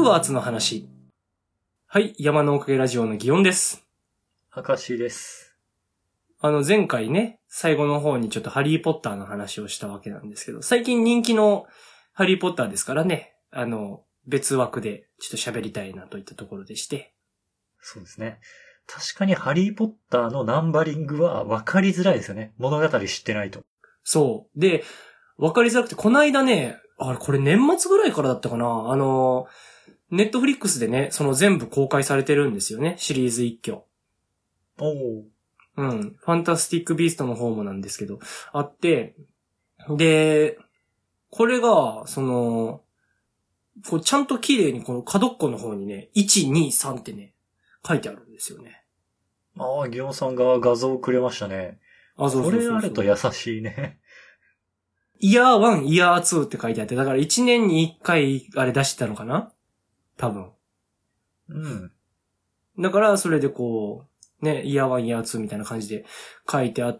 ワーツの話。はい、山のおかげラジオの祇園です。 明石です。 前回ね、最後の方にちょっとハリーポッターの話をしたわけなんですけど、最近人気のハリーポッターですからね、別枠でちょっと喋りたいなといったところでして。 そうですね。確かにハリーポッターのナンバリングは分かりづらいですよね。物語知ってないと。 そう。で、分かりづらくて、この間ね、これ年末ぐらいからだったかな、ネットフリックスでね、その全部公開されてるんですよね、シリーズ一挙。 おー。 うん。ファンタスティックビーストの方もなんですけど、あって、で、これが、こうちゃんと綺麗にこの角っこの方にね、1、2、3ってね、書いてあるんですよね。 ああ、ギオンさんが画像をくれましたね。 そうそうそうそう。 これあると優しいね。 イヤー1、イヤー2って書いてあって、だから1年に1回あれ出してたのかな？多分。 うん。 だから、それでこう、ね、イヤー1、イヤー2みたいな感じで書いてあって、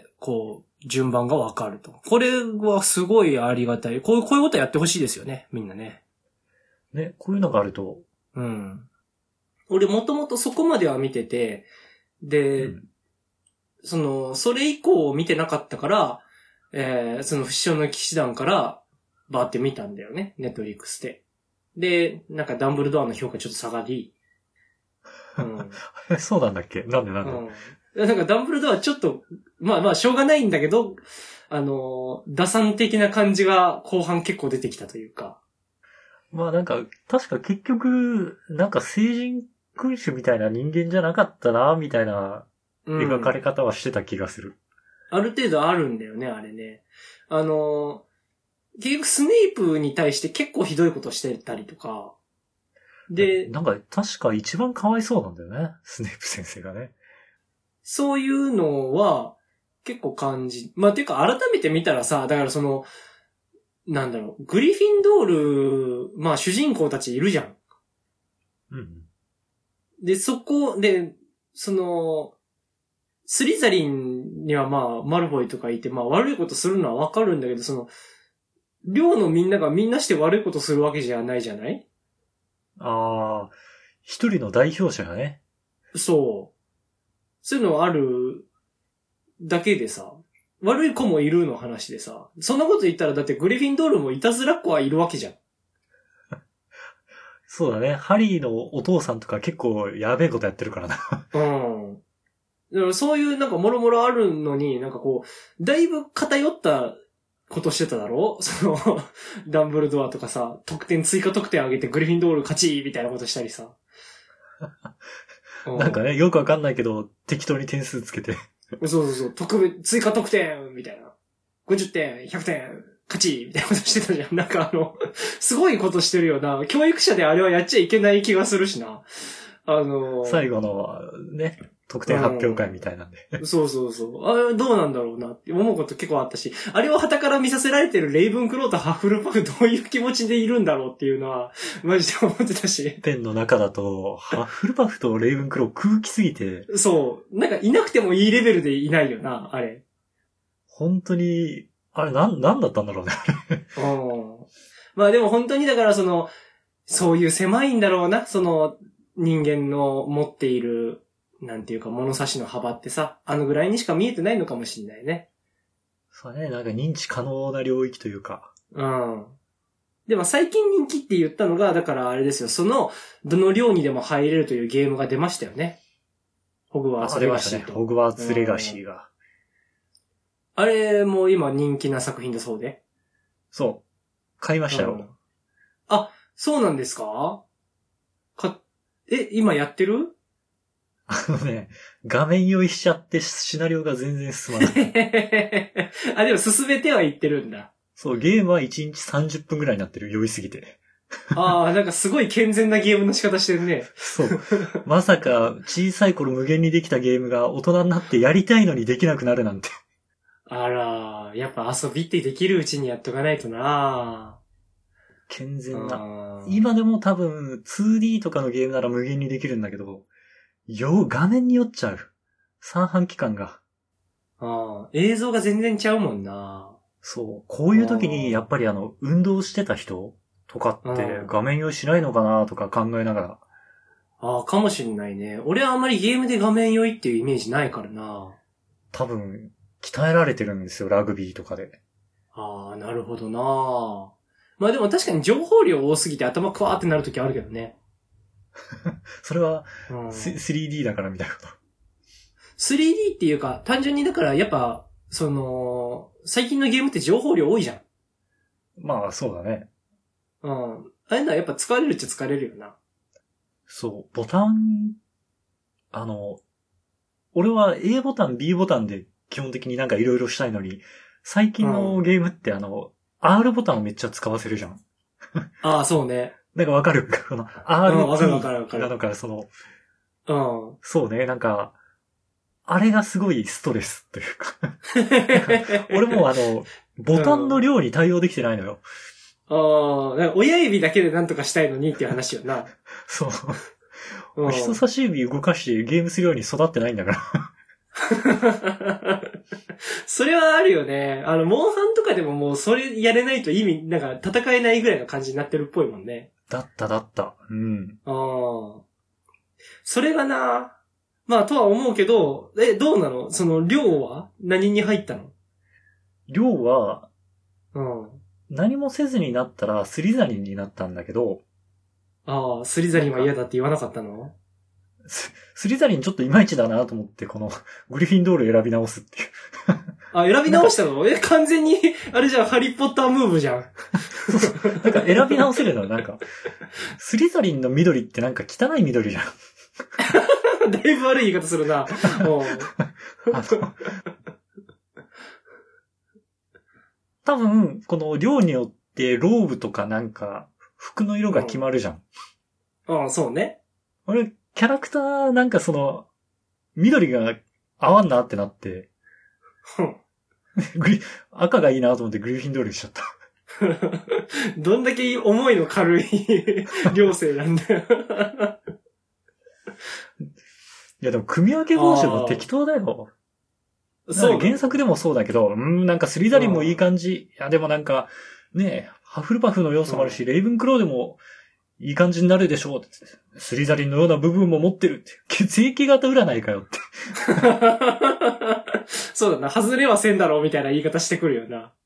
こう、順番がわかると。これはすごいありがたい。こういうことやってほしいですよね、みんなね。 ね、こういうのがあると。 うん。俺もともとそこまでは見てて、で、それ以降見てなかったから、その不死鳥の騎士団からバーって見たんだよね、ネットフリックスで。で、なんかダンブルドアの評価ちょっと下がり、 うん、そうなんだっけ？なんで、 なんかダンブルドアちょっと、まあしょうがないんだけど、打算的な感じが後半結構出てきたというか。 まあなんか、確か結局、なんか聖人君主みたいな人間じゃなかったな、みたいな描かれ方はしてた気がする。 ある程度あるんだよね、あれね。結局スネイプに対して結構ひどいことしてたりとか。で、 なんか確か一番かわいそうなんだよね、スネイプ先生がね。 そういうのは結構まあ、てか改めて見たらさ、だからなんだろう、グリフィンドール、まあ主人公たちいるじゃん。 うん。 で、そこで、スリザリンにはまあ、マルフォイとかいて、まあ悪いことするのはわかるんだけど、寮のみんながみんなして悪いことするわけじゃないじゃない？ ああ、一人の代表者がね。 そう。そういうのあるだけでさ、悪い子もいるの話でさ、そんなこと言ったらだってグリフィンドールもいたずらっ子はいるわけじゃん。 そうだね。ハリーのお父さんとか結構やべえことやってるからな。 うん。だからそういうなんかもろもろあるのに、なんかこう、だいぶ偏ったことしてただろ？ダンブルドアとかさ、追加得点上げてグリフィンドール勝ちみたいなことしたりさ。 なんかね、よくわかんないけど、適当に点数つけて。 そう、追加得点みたいな。50点、100点、勝ちみたいなことしてたじゃん。なんかすごいことしてるよな。教育者であれはやっちゃいけない気がするしな。 最後の、ね、得点発表会みたいなんで。 そう。あれどうなんだろうなって思うこと結構あったし、あれを傍から見させられてるレイブンクローとハッフルパフどういう気持ちでいるんだろうっていうのは、マジで思ってたし。 ペンの中だと、ハッフルパフとレイブンクロー空気すぎて。 そう。なんかいなくてもいいレベルでいないよな、あれ。 本当に、あれなんだったんだろうね、あれ。 まあでも本当にだからそういう狭いんだろうな、人間の持っている、なんていうか物差しの幅ってさ、あのぐらいにしか見えてないのかもしれないね。 そうね、なんか認知可能な領域というか。 うん。でも最近人気って言ったのが、だからあれですよ、どの寮にでも入れるというゲームが出ましたよね。ホグワーツレガシーと。 ね、ホグワーツレガシーが。 あれも今人気な作品だそうで。 そう。買いましたよ。 あ、そうなんですか？今やってる？ 画面酔いしちゃってシナリオが全然進まない。 あ、でも進めてはいってるんだ。 そう、ゲームは1日30分ぐらいになってる、酔いすぎて。 なんかすごい健全なゲームの仕方してるね。 そう。まさか小さい頃無限にできたゲームが大人になってやりたいのにできなくなるなんて。 あら、やっぱ遊びってできるうちにやっとかないとな。 健全な。今でも多分 2D とかのゲームなら無限にできるんだけど、画面に酔っちゃう。三半規管が。 映像が全然ちゃうもんな。 そう。こういう時にやっぱり運動してた人とかって画面用意しないのかなとか考えながら。 ああ、かもしんないね。俺はあんまりゲームで画面良いっていうイメージないからな。 多分、鍛えられてるんですよ、ラグビーとかで。 ああ、なるほどな。まあでも確かに情報量多すぎて頭クワーってなるときあるけどね。 それは、 3D だからみたいなこと。 3D っていうか、単純にだからやっぱ、最近のゲームって情報量多いじゃん。 まあ、そうだね。 うん。ああいうのはやっぱ疲れるっちゃ疲れるよな。 そう、ボタン、俺は A ボタン、B ボタンで基本的になんかいろいろしたいのに、最近のゲームってR ボタンをめっちゃ使わせるじゃん。 ああ、そうね。 なんかわかるこの R わかるわかるわかる。 なのか、 うん。 そうね、なんか、あれがすごいストレスというか。俺もボタンの量に対応できてないのよ。 ああ、なんか親指だけでなんとかしたいのにっていう話よな。 そう。人差し指動かしてゲームするように育ってないんだから。 それはあるよね。モンハンとかでももうそれやれないと意味、なんか戦えないぐらいの感じになってるっぽいもんね。 だった。うん。 ああ。それがな、まあとは思うけど、どうなの？その量は何に入ったの？ 量は、 うん。 何もせずになったらスリザリンになったんだけど。 ああ、スリザリンは嫌だって言わなかったの？ スリザリンちょっといまいちだなと思って、このグリフィンドール選び直すっていう。 あ、選び直したの？完全に、あれじゃん、ハリーポッタームーブじゃん。 そうなんか選び直せるのなんか、スリザリンの緑ってなんか汚い緑じゃん。 だいぶ悪い言い方するな。 多分、この量によってローブとかなんか、服の色が決まるじゃん。 ああ、そうね。 俺、キャラクターなんか緑が合わんなってなって、赤がいいなと思ってグリフィンドールにしちゃった。 どんだけ重いの軽い両生なんだよ。 いやでも組み分け方式も適当だよ。そう。原作でもそうだけど、なんかスリザリンもいい感じ。いやでもなんか、ね、ハフルパフの要素もあるし、レイブンクローでもいい感じになるでしょうって。スリザリンのような部分も持ってるって。血液型占いかよって。 そうだな。外れはせんだろうみたいな言い方してくるよな。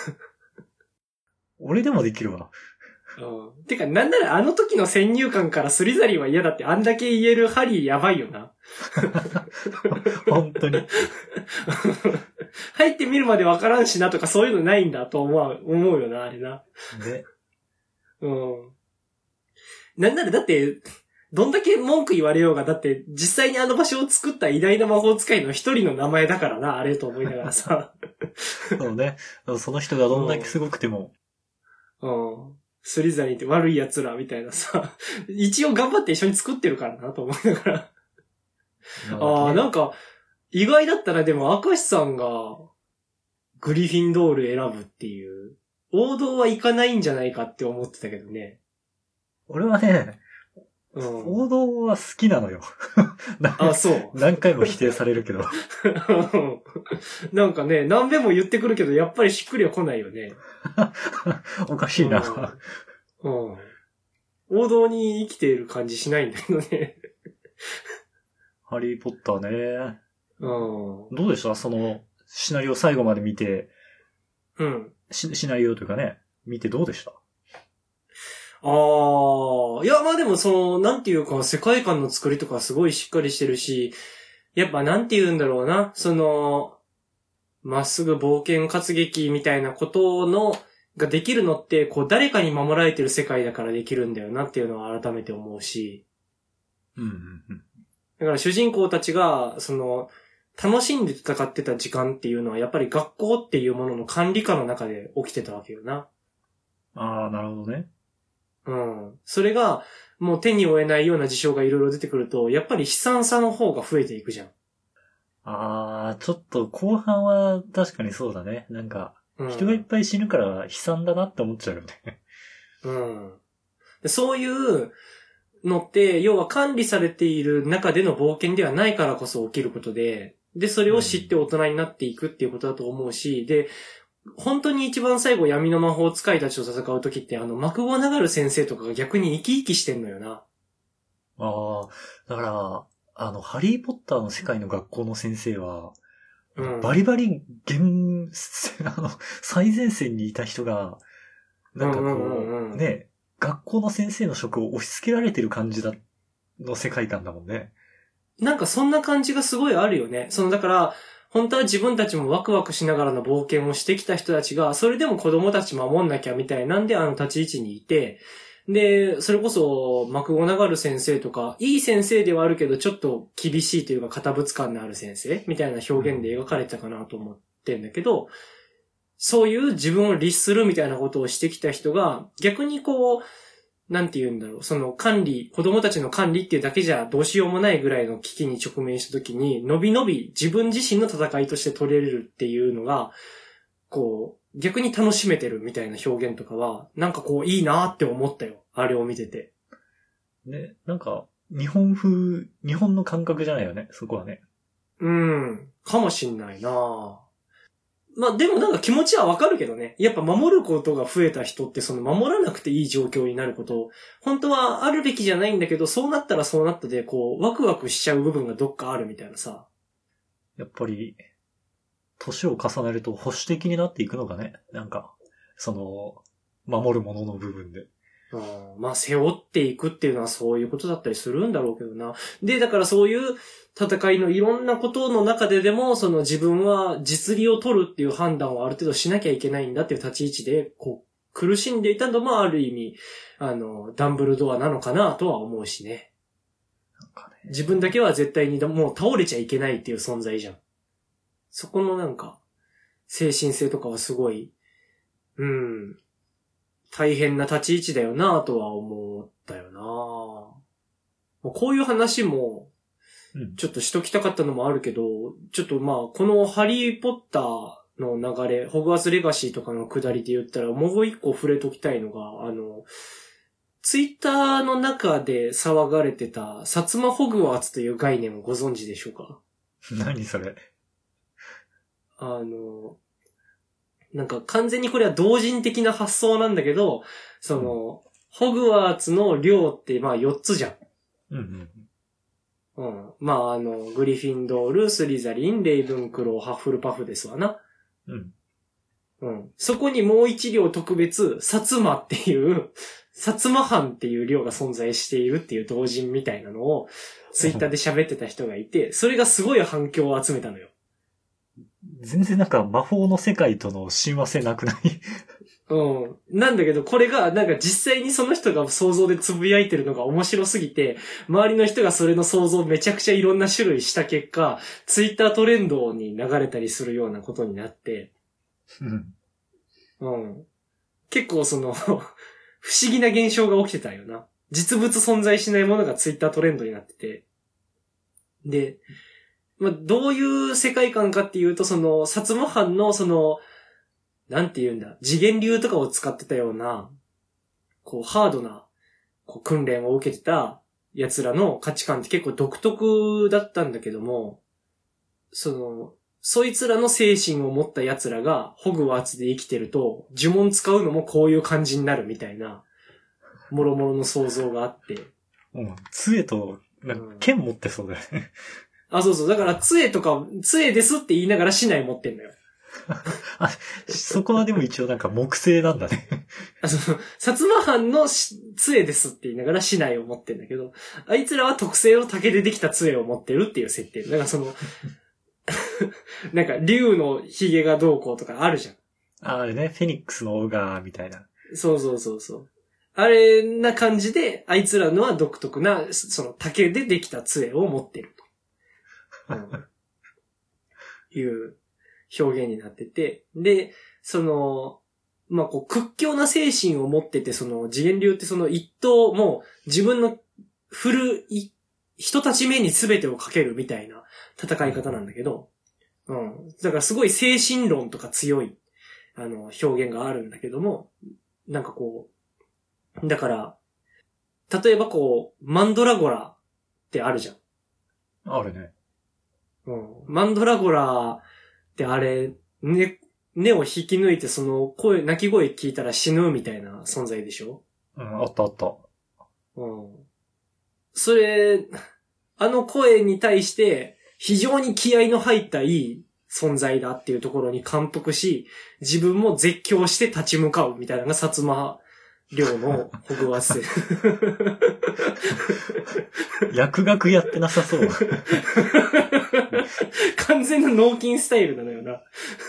俺でもできるわ。 うん。てか、なんならあの時の先入観からスリザリンは嫌だってあんだけ言えるハリーやばいよな。 本当に。 入ってみるまでわからんしなとかそういうのないんだと思うよな、あれな。 ね。 うん。なんならだって、どんだけ文句言われようが、だって実際にあの場所を作った偉大な魔法使いの一人の名前だからな、あれと思いながらさ。 そうね。その人がどんだけすごくても。 うん。スリザリンって悪い奴らみたいなさ。一応頑張って一緒に作ってるからなと思いながら。ああ、なんか、意外だったらでも、明石さんが、グリフィンドール選ぶっていう、王道はいかないんじゃないかって思ってたけどね。 俺はね、 うん、 王道は好きなのよ。 あ、そう。 何回も否定されるけど。 なんかね、何べも言ってくるけど、やっぱりしっくりは来ないよね。 おかしいな。 うん。王道に生きている感じしないんだけどね。 ハリーポッターね。 うん。 どうでしたシナリオ最後まで見て。 うん。 シナリオというかね、見てどうでした？ いや、まあでもなんていうか、世界観の作りとかすごいしっかりしてるし、やっぱなんて言うんだろうな、まっすぐ冒険活劇みたいなことができるのって、こう誰かに守られてる世界だからできるんだよなっていうのは改めて思うし。だから主人公たちが、楽しんで戦ってた時間っていうのはやっぱり学校っていうものの管理下の中で起きてたわけよな。 ああ、なるほどね。 うん。それが、もう手に負えないような事象がいろいろ出てくると、やっぱり悲惨さの方が増えていくじゃん。 ああ、ちょっと後半は確かにそうだね。なんか、人がいっぱい死ぬから悲惨だなって思っちゃうよね。 うん。そういうのって、要は管理されている中での冒険ではないからこそ起きることで、それを知って大人になっていくっていうことだと思うし、で、 本当に一番最後闇の魔法使いたちと戦う時ってマクゴナガル先生とかが逆に生き生きしてんのよな。 ああ、だから、ハリーポッターの世界の学校の先生は、うん、バリバリ最前線にいた人が、なんかこう、ね、学校の先生の職を押し付けられてる感じの世界観だもんね。 なんかそんな感じがすごいあるよね。だから、本当は自分たちもワクワクしながらの冒険をしてきた人たちが、それでも子供たち守んなきゃみたいなんで立ち位置にいて、で、それこそ、マクゴナガル先生とか、いい先生ではあるけど、ちょっと厳しいというか、堅物感のある先生みたいな表現で描かれてたかなと思ってんだけど、そういう自分を律するみたいなことをしてきた人が、逆にこう、なんて言うんだろう、その管理、子供たちの管理っていうだけじゃどうしようもないぐらいの危機に直面したときに、のびのび自分自身の戦いとして取れれるっていうのが、こう、逆に楽しめてるみたいな表現とかは、なんかこういいなって思ったよ。あれを見てて。 ね、なんか、日本の感覚じゃないよね、そこはね。 かもしんないな。まあでもなんか気持ちはわかるけどね。やっぱ守ることが増えた人って守らなくていい状況になること、本当はあるべきじゃないんだけど、そうなったらそうなったで、こう、ワクワクしちゃう部分がどっかあるみたいなさ。 やっぱり、年を重ねると保守的になっていくのがね、なんか、守るものの部分で。 まあ、背負っていくっていうのはそういうことだったりするんだろうけどな。で、だからそういう戦いのいろんなことの中ででも、自分は実利を取るっていう判断をある程度しなきゃいけないんだっていう立ち位置で、こう、苦しんでいたのもある意味、ダンブルドアなのかなとは思うしね。なんかね、自分だけは絶対にもう倒れちゃいけないっていう存在じゃん。そこのなんか、精神性とかはすごい、大変な立ち位置だよなとは思ったよな。こういう話も、ちょっとしときたかったのもあるけど、ちょっとまあ、このハリーポッターの流れ、ホグワーツレガシーとかの下りで言ったら、もう一個触れときたいのが、ツイッターの中で騒がれてた、薩摩ホグワーツという概念をご存知でしょうか？ 何それ？ なんか完全にこれは同人的な発想なんだけど、ホグワーツの寮ってまあ4つじゃん。まあグリフィンドール、スリザリン、レイブンクロー、ハッフルパフですわな。そこにもう一寮特別、薩摩っていう、薩摩藩っていう寮が存在しているっていう同人みたいなのを、ツイッターで喋ってた人がいて、それがすごい反響を集めたのよ。 全然なんか魔法の世界との親和性なくない？ なんだけど、これがなんか実際にその人が想像でつぶやいてるのが面白すぎて、周りの人がそれの想像をめちゃくちゃいろんな種類した結果、ツイッタートレンドに流れたりするようなことになって、結構不思議な現象が起きてたよな。実物存在しないものがツイッタートレンドになってて。で、まあ、どういう世界観かっていうと、薩摩藩のなんて言うんだ、次元流とかを使ってたような、こう、ハードな、こう、訓練を受けてた奴らの価値観って結構独特だったんだけども、そいつらの精神を持った奴らがホグワーツで生きてると、呪文使うのもこういう感じになるみたいな、もろもろの想像があって。 杖と、剣持ってそうだよね。 そうそう。だから、杖ですって言いながら竹刀持ってんのよ。 そこはでも一応なんか木製なんだね。 薩摩藩の杖ですって言いながら竹刀を持ってんだけど、あいつらは特製の竹でできた杖を持ってるっていう設定。だからなんか竜の髭がどうこうとかあるじゃん。 あれね、フェニックスのオガーみたいな。 そう。あれな感じで、あいつらのは独特な、竹でできた杖を持ってると。いう表現になってて。で、まあ、こう、屈強な精神を持ってて、次元流って一刀、もう自分の人たち目に全てをかけるみたいな戦い方なんだけど、だからすごい精神論とか強い、表現があるんだけども、なんかこう、だから、例えばこう、マンドラゴラってあるじゃん。 あるね。 マンドラゴラってあれ、 根を引き抜いてその鳴き声聞いたら死ぬみたいな存在でしょ？ うん、あったあった。 うん。それ、あの声に対して非常に気合の入ったいい存在だっていうところに感服し、自分も絶叫して立ち向かうみたいなのが薩摩領のホグワーツ薬学やってなさそう。 完全な脳筋スタイルなのよな。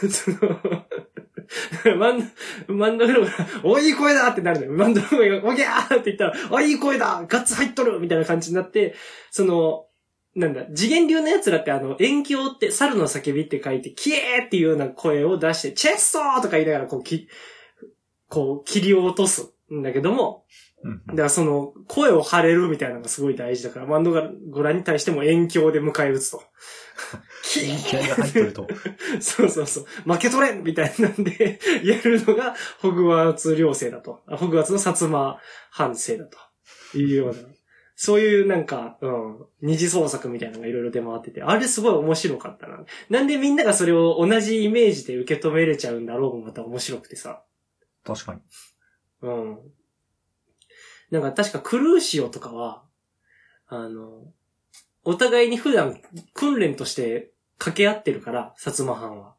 マンドフローが、お、いい声だってなるのよ。マンドフローが、おぎゃーって言ったら、あ、いい声だガッツ入っとるみたいな感じになって、なんだ、次元流のやつらって遠鏡って、猿の叫びって書いて、キエーっていうような声を出して、チェストーとか言いながら、切り落とすんだけども、だから声を張れるみたいなのがすごい大事だから、マンドゴラに対しても遠鏡で迎え撃つと。 遠鏡が入ってると。 そう。負け取れんみたいなんで、やるのが、ホグワーツ領生だと。ホグワーツの薩摩藩生だと。いうような。そういう二次創作みたいなのがいろいろ出回ってて、あれすごい面白かったな。なんでみんながそれを同じイメージで受け止めれちゃうんだろうもまた面白くてさ。 確かに。 うん。確かクルーシオとかは、お互いに普段訓練として掛け合ってるから、薩摩藩は。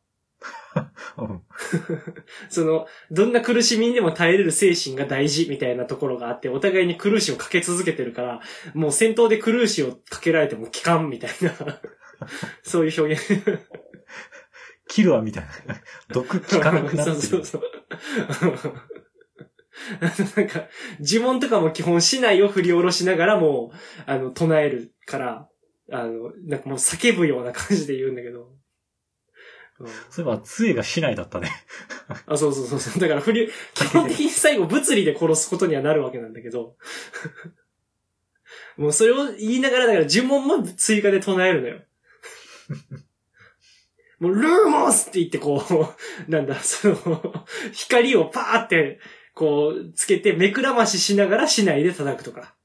どんな苦しみにでも耐えれる精神が大事みたいなところがあって、お互いにクルーシをかけ続けてるから、もう戦闘でクルーシをかけられても効かんみたいな、そういう表現。 キルアみたいな。毒効かなくなってる。そう。 呪文とかも基本竹刀を振り下ろしながらもう、唱えるから、もう叫ぶような感じで言うんだけど。 そういえば、杖が竹刀だったね。 あ、そう。だから基本的に最後物理で殺すことにはなるわけなんだけど。もうそれを言いながら、だから呪文も追加で唱えるのよ。もうルーモスって言って光をパーって、つけて、目くらまししながら竹刀で叩くとか。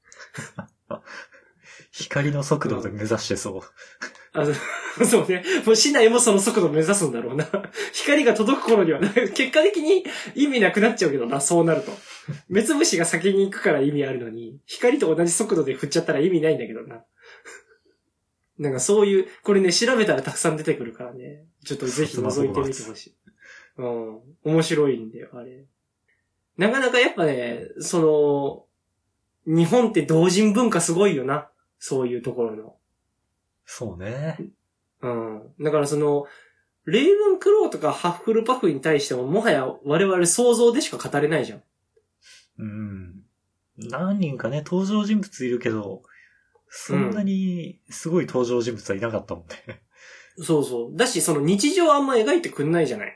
光の速度で目指してそう。 そうね。もう竹刀もその速度を目指すんだろうな。光が届く頃には、結果的に意味なくなっちゃうけどな、そうなると。目つぶしが先に行くから意味あるのに、光と同じ速度で振っちゃったら意味ないんだけどな。そういう、これね、調べたらたくさん出てくるからね。ちょっとぜひ覗いてみてほしい。面白いんだよ、あれ。なかなかやっぱね、日本って同人文化すごいよな。そういうところの。 そうね。 だからレイブンクローとかハッフルパフに対してももはや我々想像でしか語れないじゃん。 何人かね、登場人物いるけど、そんなにすごい登場人物はいなかったもんね。 そう。だし、日常あんま描いてくんないじゃない。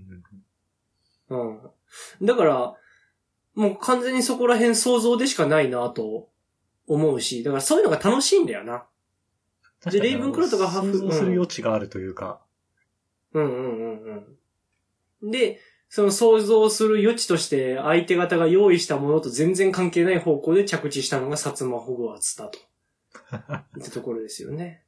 だから、もう完全にそこら辺想像でしかないなと思うし、だからそういうのが楽しいんだよな。 で、レイブンクローとかハッフル想像する余地があるというか。 で、その想像する余地として相手方が用意したものと全然関係ない方向で着地したのが薩摩ホグワーツだと。ってところですよね。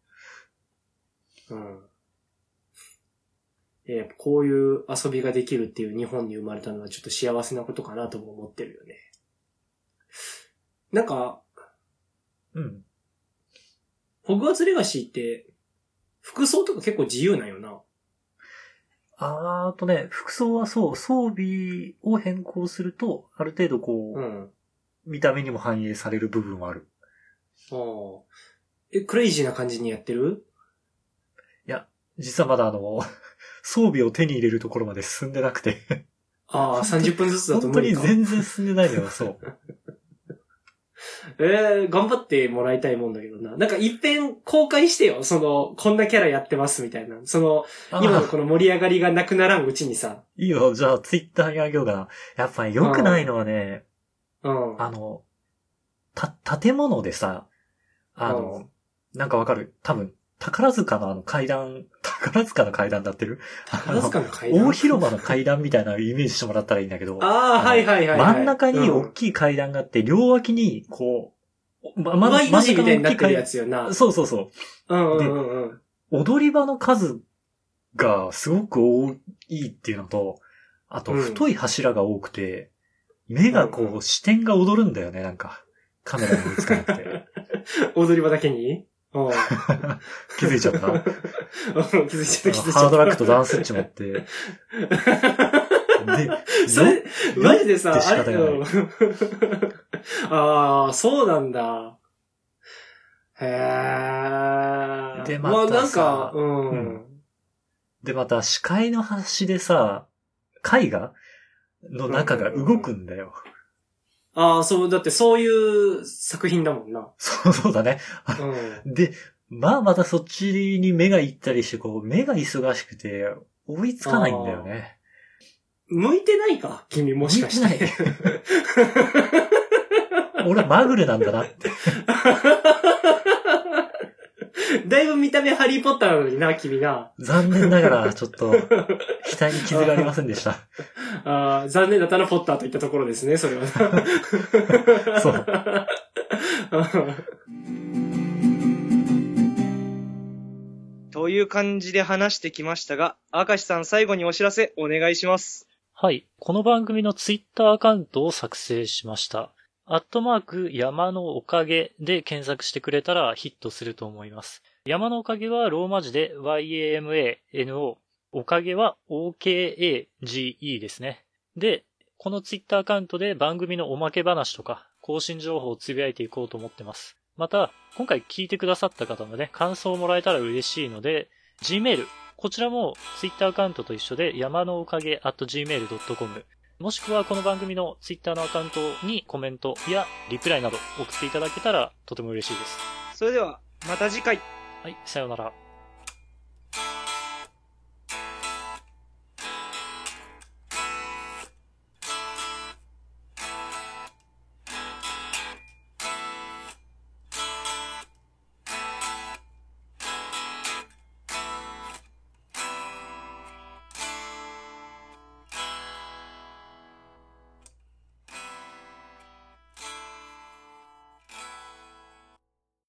やっぱこういう遊びができるっていう日本に生まれたのはちょっと幸せなことかなとも思ってるよね。ホグワーツレガシーって、服装とか結構自由なんよな。 服装はそう、装備を変更すると、ある程度見た目にも反映される部分はある。 クレイジーな感じにやってる？ いや、実はまだ装備を手に入れるところまで進んでなくて。 30分ずつだと無理か。本当に全然進んでないのよ、そう。 頑張ってもらいたいもんだけどな。一遍公開してよ。こんなキャラやってますみたいな。今のこの盛り上がりがなくならんうちにさ。 いいよ、じゃあツイッターにあげようかな。やっぱり良くないのはね、建物でさ、なんかわかる？多分、宝塚の階段だってる？ 宝塚の階段？ 大広間の階段みたいなイメージしてもらったらいいんだけど。 はい。 真ん中に大きい階段があって、両脇に、 真ん中の大きい階段。やつよな。 そう。で、踊り場の数がすごく多いっていうのと、あと太い柱が多くて、目がこう視点が踊るんだよね、なんか。カメラに追いつかなくて。 踊り場だけに気づいちゃった気づいちゃった。 ハードラックとダンスイッチ持って。で、 それ、マジでさ、 あれ、 ああ、そうなんだ。へえ。 で、またさ、で、また視界の端でさ、絵画の中が動くんだよ。 ああ、そう、だってそういう作品だもんな。 そうだね。で、またそっちに目が行ったりして、こう、目が忙しくて、追いつかないんだよね。 向いてないか君もしかして。向いてない。 俺はまぐれなんだなって。 だいぶ見た目ハリーポッターなのにな、君な。 残念ながら、ちょっと、額に傷がありませんでした。 残念だったらポッターといったところですね、それは。 そう。 という感じで話してきましたが、明石さん最後にお知らせお願いします。 はい。この番組のツイッターアカウントを作成しました。@山のおかげで検索してくれたらヒットすると思います。山のおかげはローマ字で YAMANO、おかげは OKAGE ですね。で、このツイッターアカウントで番組のおまけ話とか更新情報をつぶやいていこうと思ってます。また、今回聞いてくださった方のね、感想をもらえたら嬉しいので、Gmail、こちらもツイッターアカウントと一緒で山のおかげ @gmail.com、もしくはこの番組のツイッターのアカウントにコメントやリプライなど送っていただけたらとても嬉しいです。 それではまた次回。 はい、さようなら。